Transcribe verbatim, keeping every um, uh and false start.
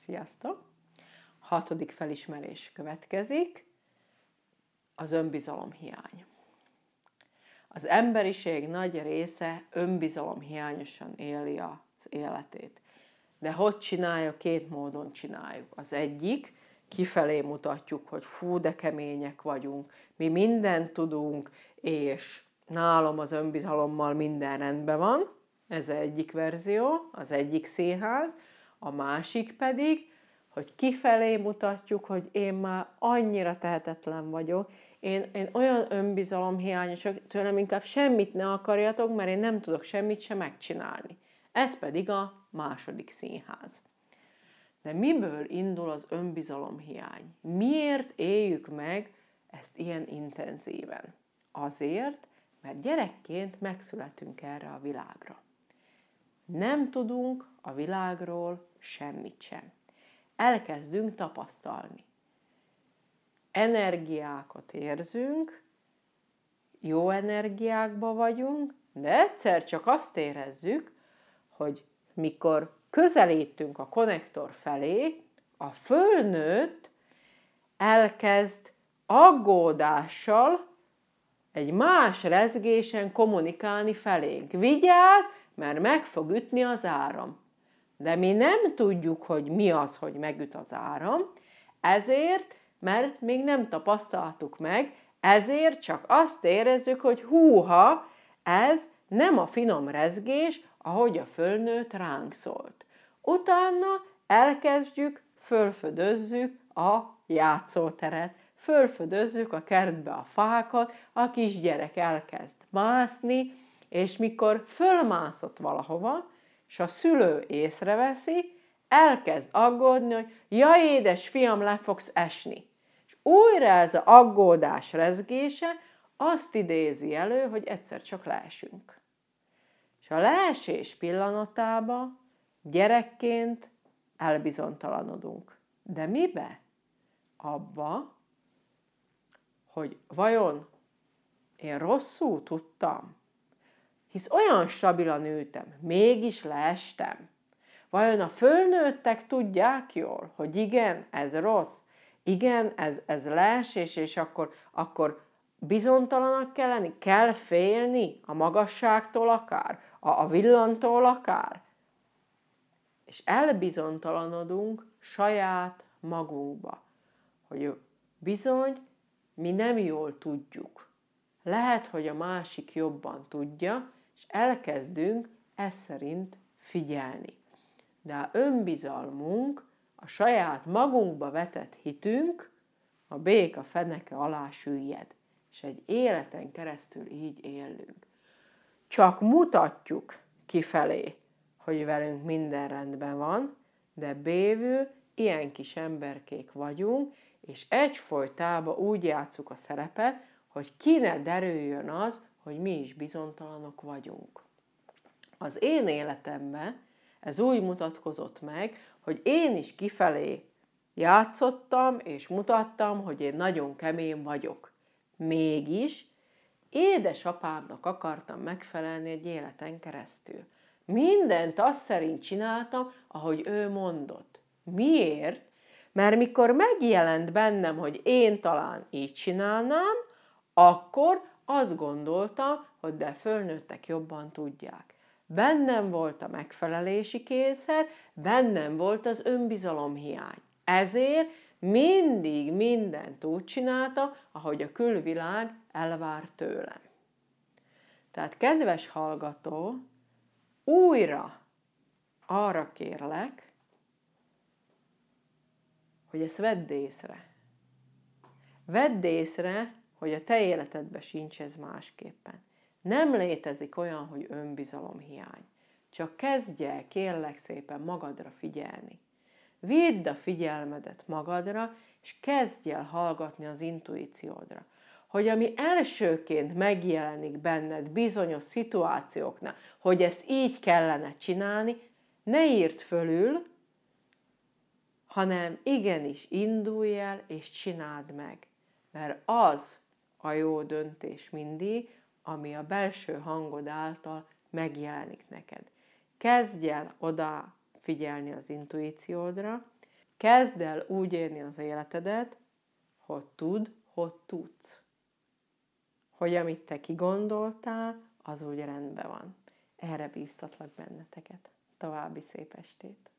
Sziasztok! Hatodik felismerés következik, az önbizalomhiány. Az emberiség nagy része önbizalomhiányosan éli az életét. De hogy csinálja? Két módon csináljuk. Az egyik, kifelé mutatjuk, hogy fú, de kemények vagyunk, mi mindent tudunk, és nálam az önbizalommal minden rendben van. Ez az egyik verzió, az egyik színház. A másik pedig, hogy kifelé mutatjuk, hogy én már annyira tehetetlen vagyok, én, én olyan önbizalomhiányos, tőlem inkább semmit ne akarjatok, mert én nem tudok semmit sem megcsinálni. Ez pedig a második színház. De miből indul az önbizalomhiány? Miért éljük meg ezt ilyen intenzíven? Azért, mert gyerekként megszületünk erre a világra. Nem tudunk a világról semmit sem. Elkezdünk tapasztalni. Energiákat érzünk, jó energiákban vagyunk, de egyszer csak azt érezzük, hogy mikor közelítünk a konnektor felé, a fölnőtt elkezd aggódással egy más rezgésen kommunikálni felénk. Vigyázz, mert meg fog ütni az áram. De mi nem tudjuk, hogy mi az, hogy megüt az áram, ezért, mert még nem tapasztaltuk meg, ezért csak azt érezzük, hogy húha, ez nem a finom rezgés, ahogy a fölnőtt ránk szólt. Utána elkezdjük, fölfödözzük a játszóteret, fölfödözzük a kertbe a fákat, a kisgyerek elkezd mászni, és mikor fölmászott valahova, és a szülő észreveszi, elkezd aggódni, hogy jaj, édes fiam, le fogsz esni. És újra ez az aggódás rezgése azt idézi elő, hogy egyszer csak leesünk. És a leesés pillanatában gyerekként elbizonytalanodunk. De mibe? Abba, hogy vajon én rosszul tudtam? Hisz olyan stabilan ültem, mégis leestem. Vajon a fölnőttek tudják jól, hogy igen, ez rossz, igen, ez, ez leesés, és akkor, akkor bizonytalanak kell lenni, kell félni a magasságtól akár, a, a villantól akár. És elbizonytalanodunk saját magunkba, hogy bizony mi nem jól tudjuk. Lehet, hogy a másik jobban tudja, és elkezdünk ez szerint figyelni. De a önbizalmunk, a saját magunkba vetett hitünk, a béka feneke alá süllyed, és egy életen keresztül így élünk. Csak mutatjuk kifelé, hogy velünk minden rendben van, de bévül ilyen kis emberkék vagyunk, és egyfolytában úgy játsszuk a szerepet, hogy ki ne derüljön az, hogy mi is bizonytalanok vagyunk. Az én életemben ez úgy mutatkozott meg, hogy én is kifelé játszottam, és mutattam, hogy én nagyon kemény vagyok. Mégis édesapámnak akartam megfelelni egy életen keresztül. Mindent azt szerint csináltam, ahogy ő mondott. Miért? Mert mikor megjelent bennem, hogy én talán így csinálnám, akkor azt gondoltam, hogy de fölnőttek jobban tudják. Bennem volt a megfelelési kényszer, bennem volt az önbizalomhiány. Ezért mindig mindent úgy csináltam, ahogy a külvilág elvár tőlem. Tehát kedves hallgató, újra arra kérlek, hogy ezt vedd észre. Vedd észre, hogy a te életedben sincs ez másképpen. Nem létezik olyan, hogy önbizalomhiány. Csak kezdj el, kérlek szépen, magadra figyelni. Vidd a figyelmedet magadra, és kezdj el hallgatni az intuíciódra. Hogy ami elsőként megjelenik benned bizonyos szituációknál, hogy ezt így kellene csinálni, ne írd fölül, hanem igenis indulj el, és csináld meg. Mert az a jó döntés mindig, ami a belső hangod által megjelenik neked. Kezdj el oda figyelni az intuíciódra, Kezd el úgy élni az életedet, hogy tudd, hogy tudsz. Hogy amit te kigondoltál, az úgy rendben van. Erre bíztatlak benneteket. További szép estét!